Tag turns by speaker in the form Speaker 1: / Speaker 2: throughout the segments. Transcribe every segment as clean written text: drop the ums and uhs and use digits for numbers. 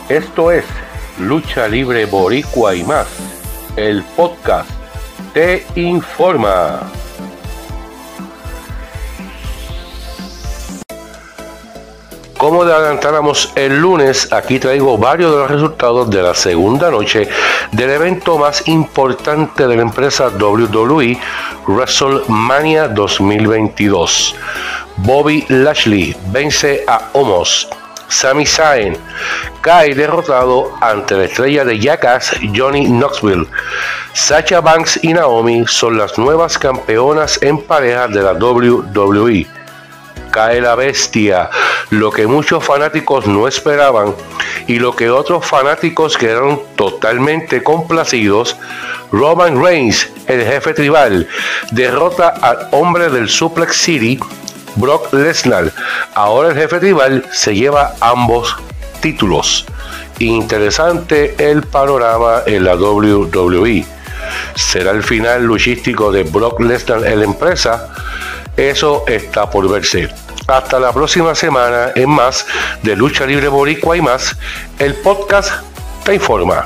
Speaker 1: Esto es Lucha Libre Boricua y más. El podcast te informa. Como adelantáramos el lunes, aquí traigo varios de los resultados de la segunda noche del evento más importante de la empresa WWE, WrestleMania 2022. Bobby Lashley vence a Omos. Sami Zayn cae derrotado ante la estrella de Jackass, Johnny Knoxville. Sasha Banks y Naomi son las nuevas campeonas en pareja de la WWE. Cae la bestia, lo que muchos fanáticos no esperaban y lo que otros fanáticos quedaron totalmente complacidos. Roman Reigns, el jefe tribal, derrota al hombre del Suplex City, Brock Lesnar. Ahora el jefe tribal se lleva ambos títulos. Interesante el panorama en la WWE. ¿Será el final luchístico de Brock Lesnar en la empresa? Eso está por verse. Hasta la próxima semana en más de Lucha Libre Boricua y más. El podcast te informa.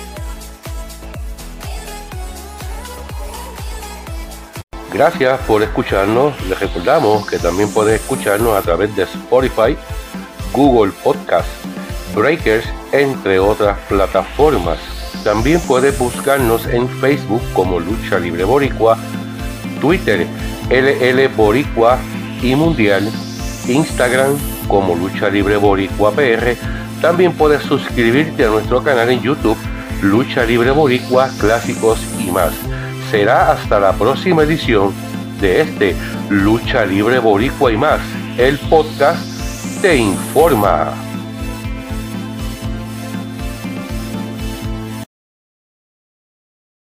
Speaker 1: Gracias por escucharnos. Les recordamos que también pueden escucharnos a través de Spotify, Google Podcast, Breakers, entre otras plataformas. También puedes buscarnos en Facebook como Lucha Libre Boricua, Twitter LL Boricua y Mundial, Instagram como Lucha Libre Boricua PR. También puedes suscribirte a nuestro canal en YouTube, Lucha Libre Boricua, Clásicos y más. Será hasta la próxima edición de este Lucha Libre Boricua y más. El podcast te informa.